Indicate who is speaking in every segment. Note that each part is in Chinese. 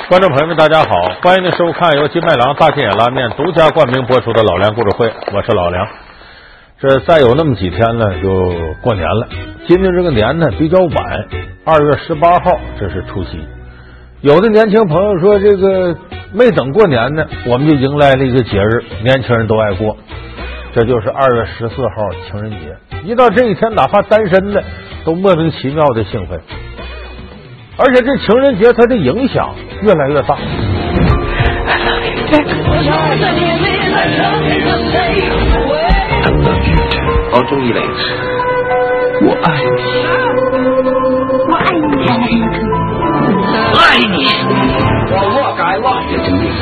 Speaker 1: 观众朋友们，大家好，欢迎您收看由金麦郎大金眼拉面独家冠名播出的老梁故事会，我是老梁。这再有那么几天呢，就过年了。今年这个年呢比较晚，2月18号，这是除夕。有的年轻朋友说，这个没等过年呢，我们就迎来了一个节日，年轻人都爱过，这就是2月14号情人节。一到这一天，哪怕单身的都莫名其妙的兴奋。而且这情人节它的影响越来越大。
Speaker 2: 我中意你，我爱你，
Speaker 3: 我爱你，
Speaker 2: 我爱你，我解我嘅中意。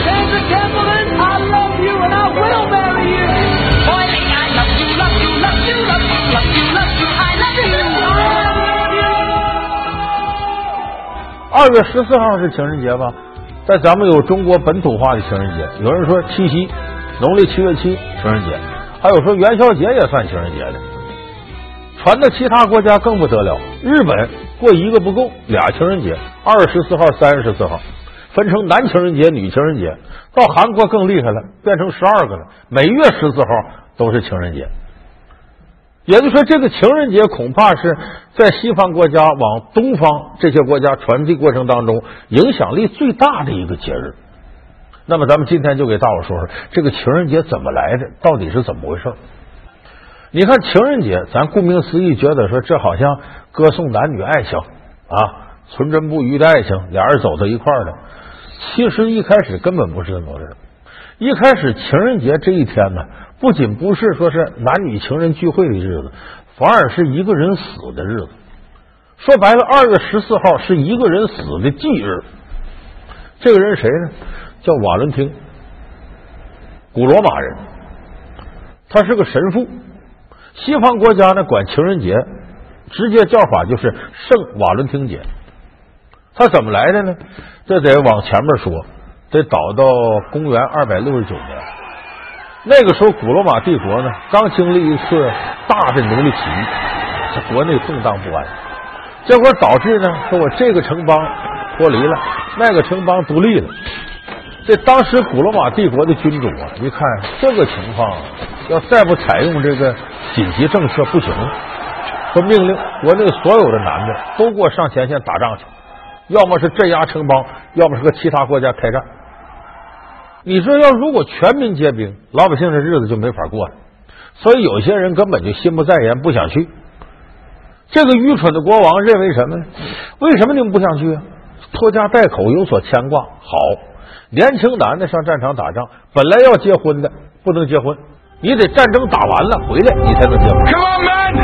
Speaker 1: 2月14号是情人节吧？在咱们有中国本土化的情人节，有人说七夕，农历7月7情人节，还有说元宵节也算情人节的。传到其他国家更不得了，日本过一个不够，俩情人节，2月14号、3月14号，分成男情人节、女情人节。到韩国更厉害了，变成12个了，每月14号都是情人节。也就是说，这个情人节恐怕是在西方国家往东方这些国家传递过程当中影响力最大的一个节日。那么咱们今天就给大伙说说这个情人节怎么来的，到底是怎么回事。你看情人节，咱顾名思义觉得说这好像歌颂男女爱情啊，纯真不渝的爱情，俩人走到一块儿的。其实一开始根本不是这么回事。一开始情人节这一天呢，不仅不是说是男女情人聚会的日子，反而是一个人死的日子。说白了，2月14号是一个人死的忌日。这个人谁呢？叫瓦伦汀，古罗马人，他是个神父。西方国家呢管情人节直接叫法就是圣瓦伦汀节。他怎么来的呢？这得往前面说，得倒到公元269年。那个时候古罗马帝国呢刚经历一次大的奴隶起义，这国内动荡不安，结果导致呢说我这个城邦脱离了，那个城邦独立了。这当时古罗马帝国的君主啊，一看这个情况，要再不采用这个紧急政策不行，说命令国内所有的男的都给我上前线打仗去，要么是镇压城邦，要么是和其他国家开战。你说要如果全民皆兵，老百姓的日子就没法过了，所以有些人根本就心不在焉，不想去。这个愚蠢的国王认为什么呢？为什么你们不想去啊？拖家带口，有所牵挂。好，年轻男的上战场打仗，本来要结婚的不能结婚，你得战争打完了回来你才能结婚。
Speaker 2: Come on, man!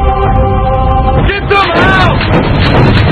Speaker 2: Get them out!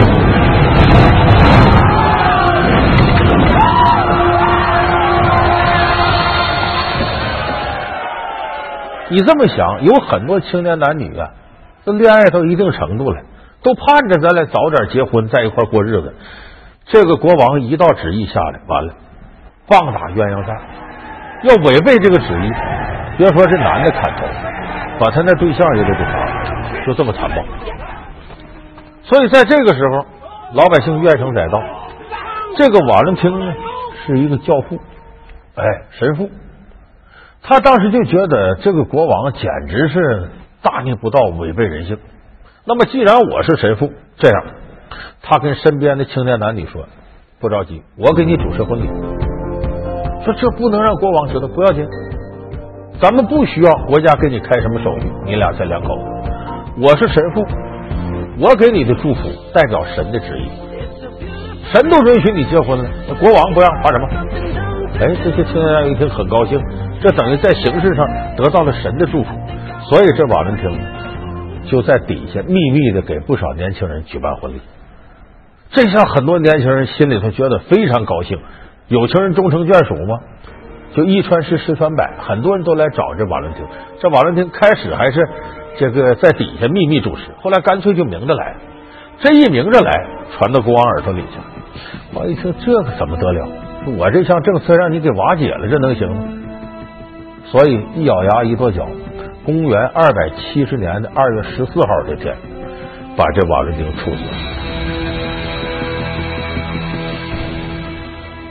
Speaker 1: 你这么想，有很多青年男女啊，这恋爱到一定程度了，都盼着咱俩早点结婚，在一块过日子。这个国王一道旨意下来，完了，棒打鸳鸯扇，要违背这个旨意，别说这男的砍头，把他那对象也得给杀，就这么残暴。所以在这个时候，老百姓怨声载道。这个瓦伦汀呢，是一个教父，神父。他当时就觉得这个国王简直是大逆不道，违背人性。那么既然我是神父，这样，他跟身边的青年男女说，不着急，我给你主持婚礼。说这不能让国王知道，不要紧，咱们不需要国家给你开什么手续，你俩才两口子。我是神父，我给你的祝福代表神的旨意，神都允许你结婚了，国王不让，怕什么？这些青年男女一听很高兴，这等于在形式上得到了神的祝福。所以这瓦伦汀就在底下秘密的给不少年轻人举办婚礼。这下很多年轻人心里头觉得非常高兴，有情人终成眷属吗？就一传十，十传百，很多人都来找这瓦伦汀。这瓦伦汀开始还是这个在底下秘密主持，后来干脆就明着来。这一明着来，传到国王耳朵里去。我一听这个怎么得了？我这项政策让你给瓦解了，这能行吗？所以一咬牙一跺脚，公元270年的2月14号这天，把这瓦伦汀处死了。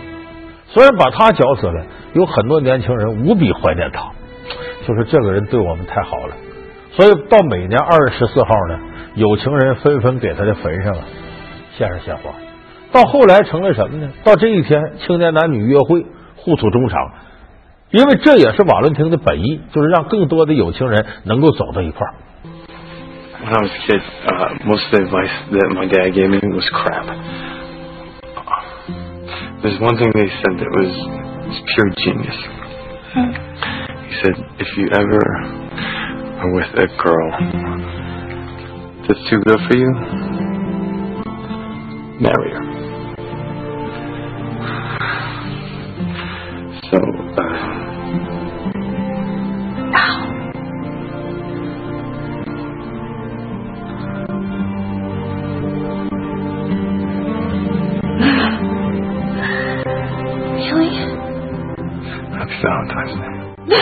Speaker 1: 虽然把他绞死了，有很多年轻人无比怀念他，就是这个人对我们太好了。所以到每年2月14号呢，有情人纷纷给他的坟上献上鲜花。到后来成了什么呢？到这一天，青年男女约会，互诉衷肠，因为这也是瓦伦汀的本意，就是让更多的有情人能够走到一块儿。
Speaker 4: When I was a kid, most of the advice that my dad gave me was crap. There's one thing they said that was pure genius. He said, if you ever are with a girl that's too good for you, marry her. So, Happy Valentine's Day.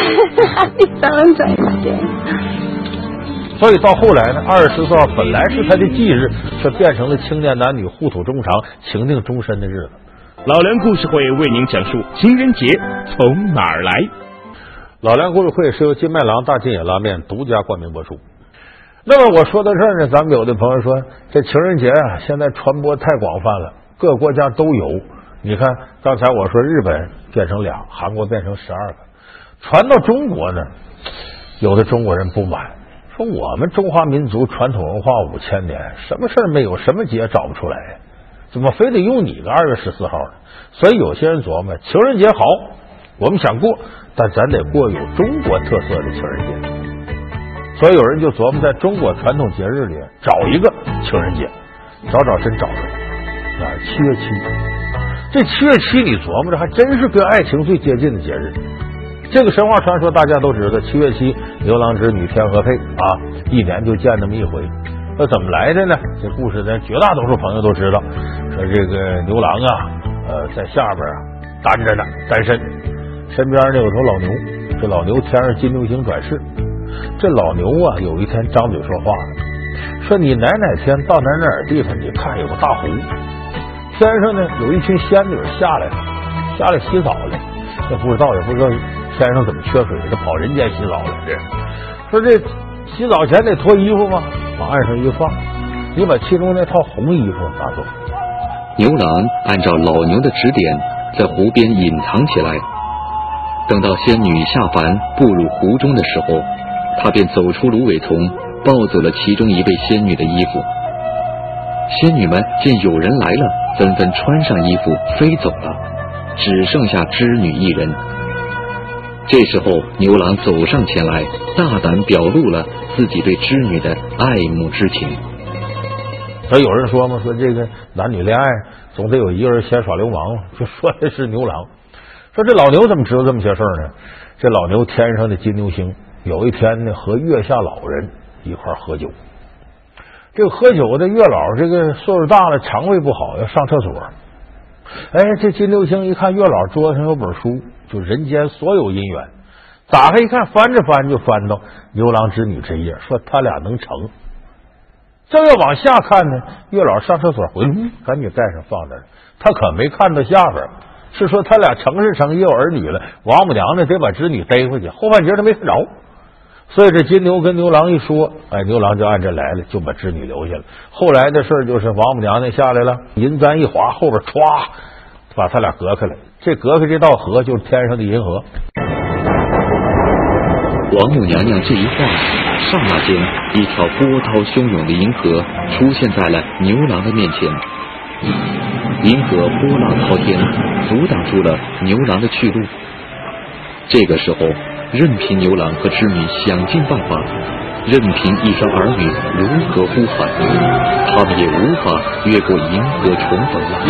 Speaker 3: Happy Valentine's Day.
Speaker 1: 所以到后来呢，2月14号本来是他的忌日，却变成了青年男女互吐衷肠、情定终身的日子。
Speaker 5: 老梁故事会为您讲述情人节从哪儿来。
Speaker 1: 老梁故事会是由金麦郎大金野拉面独家冠名播出。那么我说到这儿呢，咱们有的朋友说，这情人节啊，现在传播太广泛了，各个国家都有。你看，刚才我说日本变成2，韩国变成12个，传到中国呢，有的中国人不满，说我们中华民族传统文化5000年，什么事儿没有，什么节找不出来，怎么非得用你个2月14号呢？所以有些人琢磨，情人节好，我们想过，但咱得过有中国特色的情人节。所以有人就琢磨，在中国传统节日里找一个情人节，找真找着了，哪？7月7。这7月7，你琢磨着还真是跟爱情最接近的节日。这个神话传说大家都知道，7月7牛郎织女天河配啊，一年就见那么一回。那怎么来的呢？这故事呢，绝大多数朋友都知道，说这个牛郎啊，在下边啊单着呢，单身，身边呢有头老牛，这老牛天上金牛星转世。这老牛啊，有一天张嘴说话了，说你哪天到哪地方，你看有个大湖。天上呢有一群仙女下来洗澡了，也不知道天上怎么缺水，这跑人间洗澡了。说这洗澡前得脱衣服吗？往岸上一放，你把其中那套红衣服拿走。
Speaker 6: 牛郎按照老牛的指点，在湖边隐藏起来。等到仙女下凡步入湖中的时候，他便走出芦苇丛，抱走了其中一位仙女的衣服。仙女们见有人来了，纷纷穿上衣服飞走了，只剩下织女一人。这时候牛郎走上前来，大胆表露了自己对织女的爱慕之情。
Speaker 1: 所以有人说嘛，说这个男女恋爱总得有一个人先耍流氓嘛，就说的是牛郎。说这老牛怎么知道这么些事儿呢？这老牛天上的金牛星有一天呢，和月下老人一块喝酒。这个喝酒的月老这个岁数大了，肠胃不好，要上厕所。哎，这金牛星一看月老桌上有本书，就人间所有姻缘，打开一看，翻着翻就翻到牛郎织女这页，说他俩能成。正要往下看呢，月老上厕所回来，赶紧盖上放这儿。他可没看到下边，是说他俩成是成，也有儿女了，王母娘呢得把织女逮回去，后半截他没看着。所以这金牛跟牛郎一说，哎，牛郎就按这来了，就把织女留下了。后来的事就是王母娘娘下来了，银簪一划，后边歘把他俩隔开了。这隔开这道河就是天上的银河。
Speaker 6: 王母娘娘这一话，刹那间一条波涛汹涌的银河出现在了牛郎的面前。银河波浪滔天，阻挡住了牛郎的去路。这个时候，任凭牛郎和织女想尽办法，任凭一双儿女如何呼喊，他们也无法越过银河重逢了。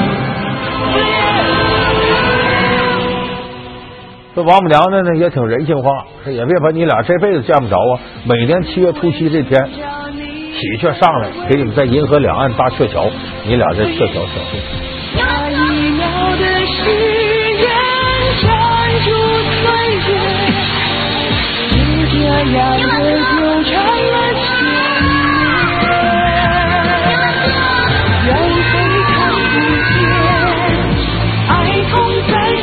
Speaker 1: 这王母娘娘呢也挺人性化，说也别把你俩这辈子见不着啊，每年7月初7这天，喜鹊上来给你们在银河两岸搭鹊桥，你俩在鹊桥相会。
Speaker 3: 那一秒的誓言缠住岁月，就这样的纠缠了千年，让谁看不见，爱痛在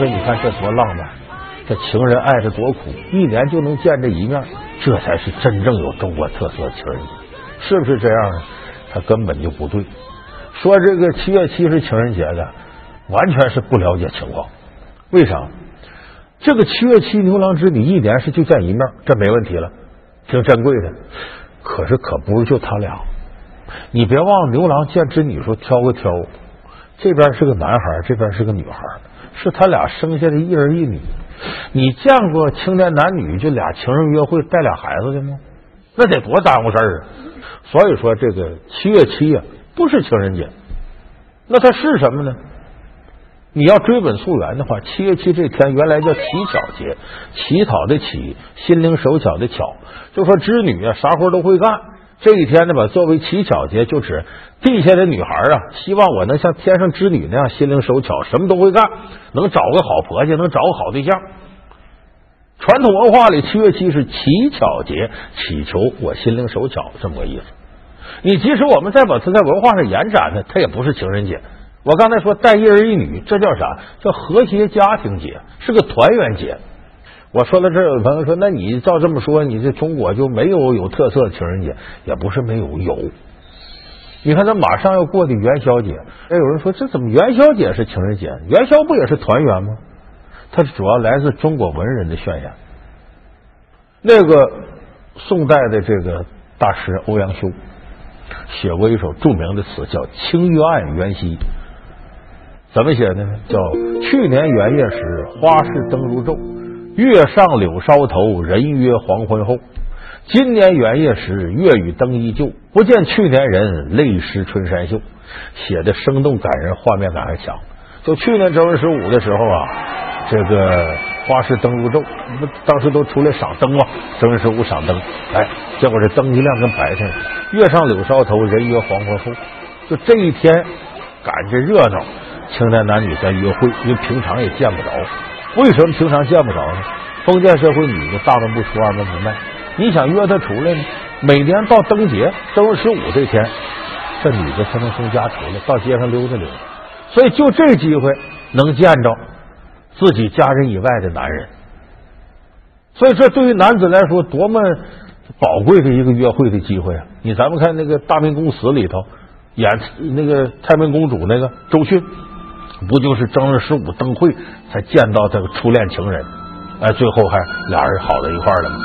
Speaker 1: 说你看这多浪漫，这情人爱着多苦，一年就能见这一面，这才是真正有中国特色的情人节，是不是这样呢？他根本就不对。说这个7月7是情人节的，完全是不了解情况。为啥？这个7月7牛郎织女一年是就见一面，这没问题了，挺珍贵的。可是可不是就他俩，你别忘了牛郎见织女说挑个挑，这边是个男孩，这边是个女孩，是他俩生下的一儿一女。你见过青年男女就俩情人约会带俩孩子的吗？那得多耽误事儿啊！所以说这个7月7啊不是情人节，那它是什么呢？你要追本溯源的话，7月7这天原来叫乞巧节，乞讨的乞，心灵手巧的巧，就说织女啊啥活都会干。这一天呢吧，作为乞巧节，就指地下的女孩啊，希望我能像天上织女那样心灵手巧，什么都会干，能找个好婆家，能找个好对象。传统文化里，7月7是乞巧节，祈求我心灵手巧这么个意思。你即使我们再把它在文化上延展呢，它也不是情人节。我刚才说带一儿一女，这叫啥？叫和谐家庭节，是个团圆节。我说到这儿，有朋友说，那你照这么说，你这中国就没有特色的情人节？也不是没有，有。你看，咱马上要过的元宵节，有人说这怎么元宵节是情人节？元宵不也是团圆吗？它主要来自中国文人的宣言。那个宋代的这个大诗欧阳修写过一首著名的词，叫《清月暗元夕》。怎么写的呢？叫去年元夜时，花市灯如昼，月上柳梢头，人约黄昏后。今年元夜时，月与灯依旧，不见去年人，泪湿春衫袖。写的生动感人，画面感还强。就去年正月15的时候啊，这个花市灯如昼，当时都出来赏灯嘛，正月15赏灯，哎，结果这灯一亮跟白天，月上柳梢头，人约黄昏后。就这一天赶着热闹，青年男女在约会，因为平常也见不着。为什么平常见不着呢？封建社会女的大门不出二门不迈，你想约她出来呢，每年到灯节正月15这天，这女的才能从家出来，到街上溜达溜达。所以就这机会能见着自己家人以外的男人，所以这对于男子来说多么宝贵的一个约会的机会啊！咱们看那个《大明宫词》里头演那个太平公主那个周迅，不就是正月15灯会才见到这个初恋情人，哎，最后还俩人好在一块儿了吗？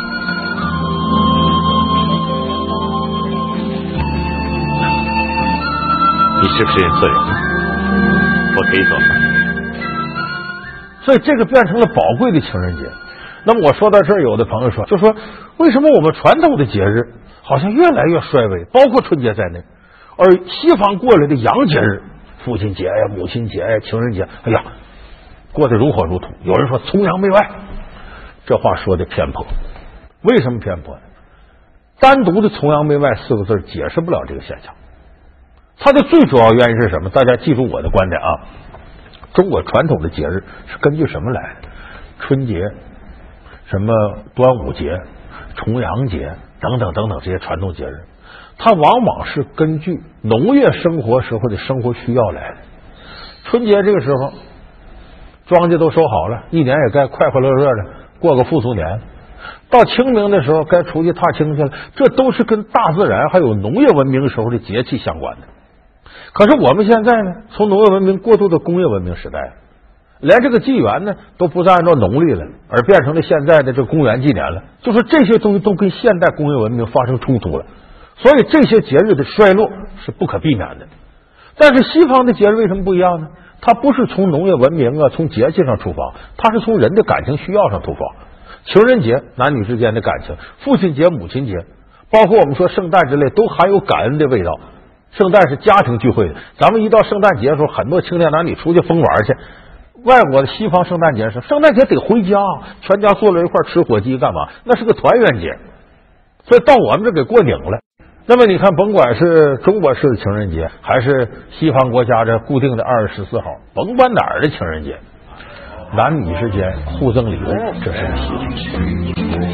Speaker 5: 你是不是认错人了？我可以做饭。
Speaker 1: 所以这个变成了宝贵的情人节。那么我说到这儿，有的朋友说，就说为什么我们传统的节日好像越来越衰微，包括春节在内，而西方过来的洋节日，父亲节呀、母亲节呀、情人节，哎呀，过得如火如荼。有人说崇洋媚外，这话说的偏颇。为什么偏颇呢？单独的崇洋媚外4个字解释不了这个现象。它的最主要原因是什么？大家记住我的观点啊！中国传统的节日是根据什么来的？春节、什么端午节、重阳节等等等等这些传统节日，它往往是根据农业生活时候的生活需要来的。春节这个时候，庄稼都收好了，一年也该快快乐乐的过个富足年。到清明的时候，该出去踏青去了，这都是跟大自然还有农业文明时候的节气相关的。可是我们现在呢，从农业文明过渡到工业文明时代，连这个纪元呢都不再按照农历了，而变成了现在的这公元纪年了。就说这些东西都跟现代工业文明发生冲突了，所以这些节日的衰落是不可避免的。但是西方的节日为什么不一样呢？它不是从农业文明啊、从节气上出发，它是从人的感情需要上出发。情人节男女之间的感情，父亲节、母亲节，包括我们说圣诞之类，都含有感恩的味道。圣诞是家庭聚会的，咱们一到圣诞节的时候，很多青年男女出去疯玩去。外国的西方圣诞节是圣诞节得回家，全家坐在一块吃火鸡干嘛？那是个团圆节，所以到我们这给过拧了。那么你看，甭管是中国式的情人节，还是西方国家这固定的2月14号，甭管哪儿的情人节，男女之间互赠礼物，这是个习俗。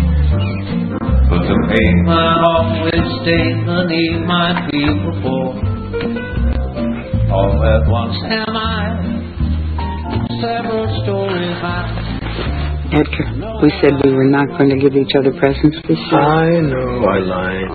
Speaker 7: But the pavement always stays beneath my feet before. All at once am I several stories high.
Speaker 8: Edgar, we said we were not going to give each other presents this year.
Speaker 4: I know I lied.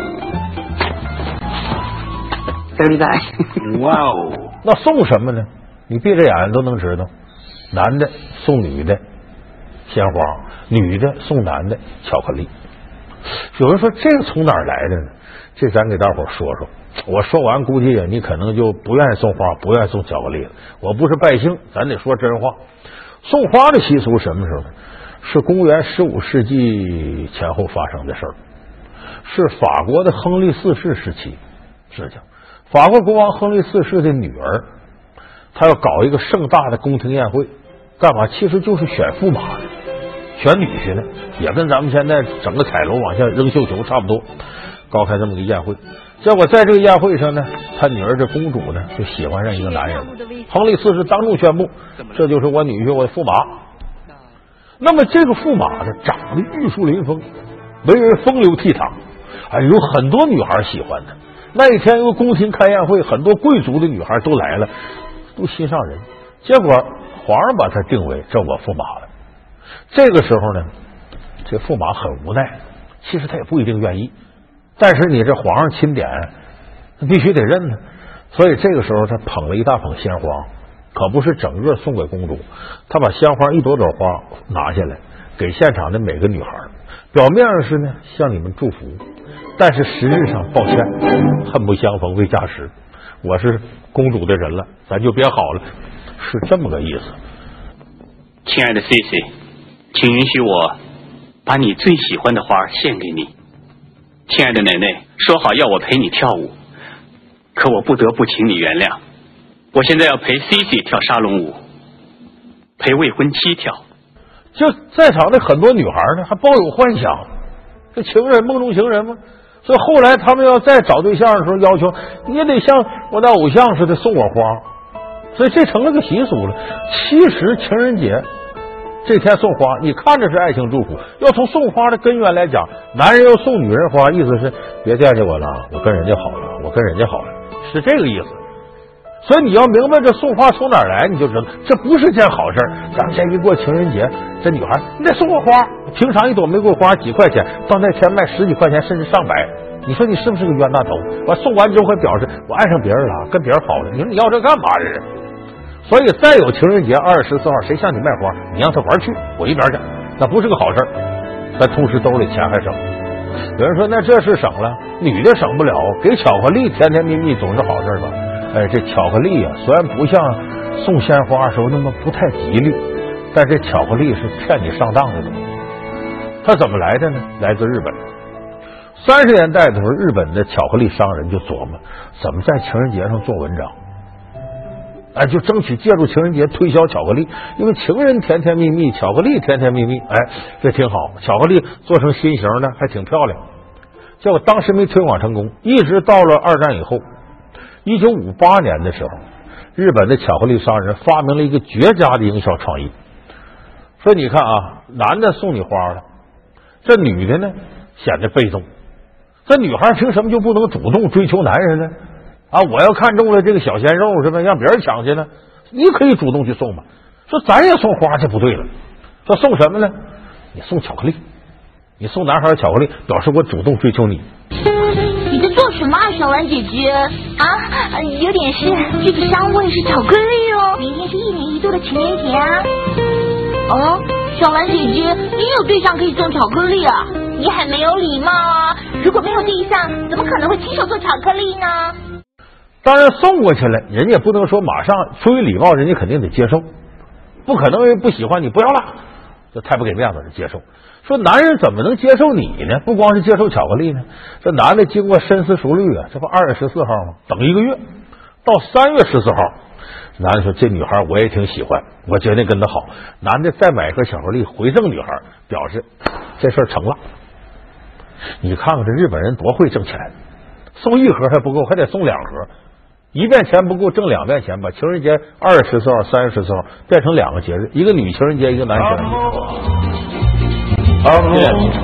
Speaker 8: $30.
Speaker 4: Wow.
Speaker 1: 那送什么呢？你闭着眼都能知道，男的送女的鲜花，女的送男的巧克力。有人说这个从哪儿来的呢？这咱给大伙说说。我说完估计你可能就不愿意送花，不愿意送巧克力了。我不是拜星，咱得说真话。送花的习俗什么时候呢？是公元15世纪前后发生的事儿，是法国的亨利4世时期事情。法国国王亨利4世的女儿，他要搞一个盛大的宫廷宴会，干嘛？其实就是选驸马的，选女婿的，也跟咱们现在整个彩楼往下扔绣球差不多，搞开这么个宴会。结果在这个宴会上呢，他女儿这公主呢就喜欢上一个男人，亨利4世当众宣布，这就是我女婿，我的驸马。那么这个驸马呢，长得玉树临风，为人风流倜傥，有很多女孩喜欢他。那一天，一个宫廷开宴会，很多贵族的女孩都来了，都心上人。结果皇上把他定为这我驸马了。这个时候呢，这驸马很无奈，其实他也不一定愿意，但是你这皇上钦点，必须得认呢。所以这个时候他捧了一大捧鲜花，可不是整个送给公主，他把鲜花一朵朵花拿下来，给现场的每个女孩，表面上是呢向你们祝福，但是实质上抱歉，恨不相逢未嫁时，我是公主的人了，咱就别好了，是这么个意思。
Speaker 9: 亲爱的 Cici， 请允许我把你最喜欢的花献给你。亲爱的奶奶说好要我陪你跳舞，可我不得不请你原谅，我现在要陪 Cici 跳沙龙舞，陪未婚妻跳。
Speaker 1: 就在场的很多女孩呢，还抱有幻想，这情人梦中情人吗？所以后来他们要再找对象的时候，要求你也得像我的偶像似的送我花，所以这成了个习俗了。其实情人节这天送花，你看着是爱情祝福，要从送花的根源来讲，男人要送女人花，意思是别惦记我了，我跟人家好了，我跟人家好了，是这个意思。所以你要明白这送花从哪儿来，你就知道这不是件好事。咱们现在一过情人节，这女孩你得送我花，平常一朵玫瑰花几块钱，到那天卖10几块钱甚至上百，你说你是不是个冤大头？我送完之后还表示我爱上别人了，跟别人好了，你说你要这干嘛这是？所以再有情人节2月14号谁向你卖花，你让他玩去，我一边去，那不是个好事。但同时兜里钱还省。有人说那这是省了，女的省不了，给巧克力甜甜蜜蜜总是好事吧？这巧克力啊，虽然不像送鲜花时候那么不太吉利，但这巧克力是骗你上当的东西。它怎么来的呢？来自日本。30年代的时候，日本的巧克力商人就琢磨怎么在情人节上做文章，就争取借助情人节推销巧克力，因为情人甜甜蜜蜜，巧克力甜甜蜜蜜，这挺好。巧克力做成心形呢，还挺漂亮。结果当时没推广成功，一直到了二战以后。1958年的时候，日本的巧克力商人发明了一个绝佳的营销创意，说你看啊，男的送你花了，这女的呢显得被动，这女孩凭什么就不能主动追求男人呢？我要看中了这个小鲜肉是吧，让别人抢去呢？你可以主动去送嘛。说咱也送花，这不对了。说送什么呢？你送巧克力，你送男孩巧克力，表示我主动追求你。
Speaker 10: 你在做什么啊，小兰姐姐？有点事，这个香味是巧克力哦。明天是1年1度的情人节啊。小兰姐姐，你有对象可以送巧克力啊？你很没有礼貌啊！如果没有对象，怎么可能会亲手做巧克力呢？
Speaker 1: 当然送过去了，人家也不能说马上出于礼貌，人家肯定得接受，不可能不喜欢你不要了，这太不给面子了，接受。说男人怎么能接受你呢？不光是接受巧克力呢，这男的经过深思熟虑啊，这不2月14号吗？等1个月，到3月14号，男的说这女孩我也挺喜欢，我决定跟她好。男的再买个巧克力回赠女孩，表示这事儿成了。你看看这日本人多会挣钱，送1盒还不够，还得送2盒，一遍钱不够，挣2遍钱，把情人节2月14号、3月14号变成2个节日，一个女情人节，一个男情人节。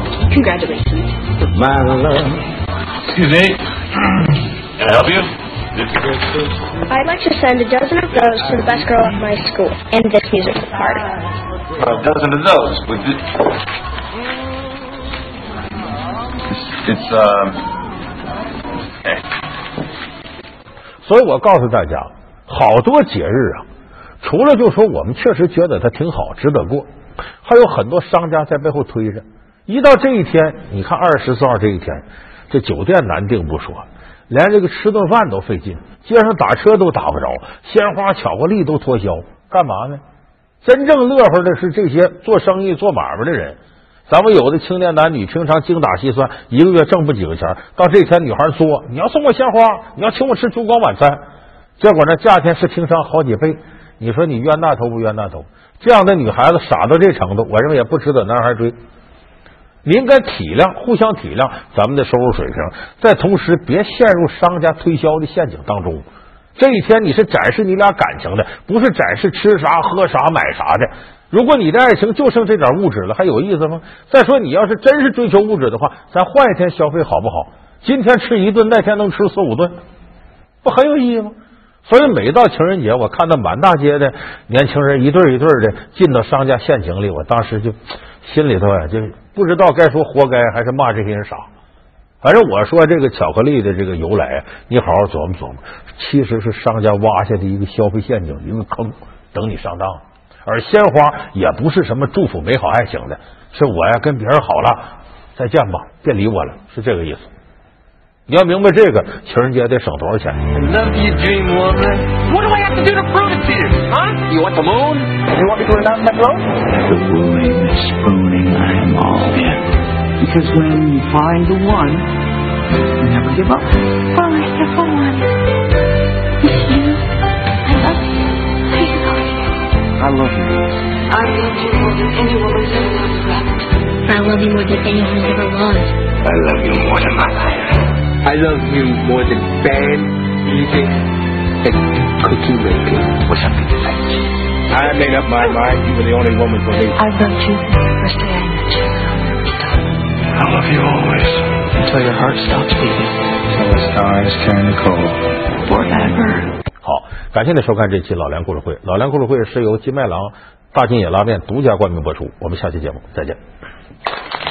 Speaker 10: Congratulations.
Speaker 2: My love. Excuse me. Can I help you?
Speaker 11: I'd like to send a dozen of those to the best girl at my school and this musical party.
Speaker 4: A dozen of those with this. Hey.
Speaker 1: 所以我告诉大家，好多节日啊，除了就说我们确实觉得它挺好，值得过，还有很多商家在背后推着。一到这一天，你看20、14号这一天，这酒店难订不说，连这个吃顿饭都费劲，街上打车都打不着，鲜花、巧克力都脱销，干嘛呢？真正乐呵的是这些做生意、做买卖的人。咱们有的青年男女平常精打细算，一个月挣不几个钱，到这天女孩说你要送我鲜花，你要请我吃烛光晚餐，结果呢价钱是平常好几倍，你说你冤大头不冤大头？这样的女孩子傻到这程度，我认为也不值得男孩追。你应该体谅，互相体谅咱们的收入水平，在同时别陷入商家推销的陷阱当中。这一天你是展示你俩感情的，不是展示吃啥喝啥买啥的。如果你的爱情就剩这点物质了，还有意思吗？再说你要是真是追求物质的话，咱换一天消费好不好？今天吃一顿，那天能吃4、5顿，不很有意义吗？所以每到情人节，我看到满大街的年轻人一对一对的进到商家陷阱里，我当时就心里头呀，就不知道该说活该还是骂这些人傻。反正我说这个巧克力的这个由来，你好好琢磨琢磨，其实是商家挖下的一个消费陷阱，一个坑，等你上当。而鲜花也不是什么祝福美好爱情的，是我呀跟别人好了，再见吧，别理我了，是这个意思。你要明白这个，情人节得省多少钱
Speaker 2: Love you, dream woman. What do I have to do to prove it to you? Huh? You want the moon? You want me to announce my blow?
Speaker 12: The wooing, the spooning, I'm all in. Because when you find the one, you never give up.
Speaker 10: Oh, I have one. It's you. I love you.
Speaker 12: I love you.
Speaker 11: I love you more than anyone's ever loved.
Speaker 12: I love you more than anyone's ever loved.
Speaker 2: I love you more than my life. I love you more than band music and cookie making.
Speaker 12: What's up with that?
Speaker 2: I made up my mind. You were the only woman for me.
Speaker 10: I loved you from the first day I met you.
Speaker 12: I love you always. Until your heart stops beating. Till the stars turn cold. Forever.
Speaker 1: 好，感谢您收看这期老梁故事会。老梁故事会是由金麦郎大金野拉面独家冠名播出。我们下期节目再见。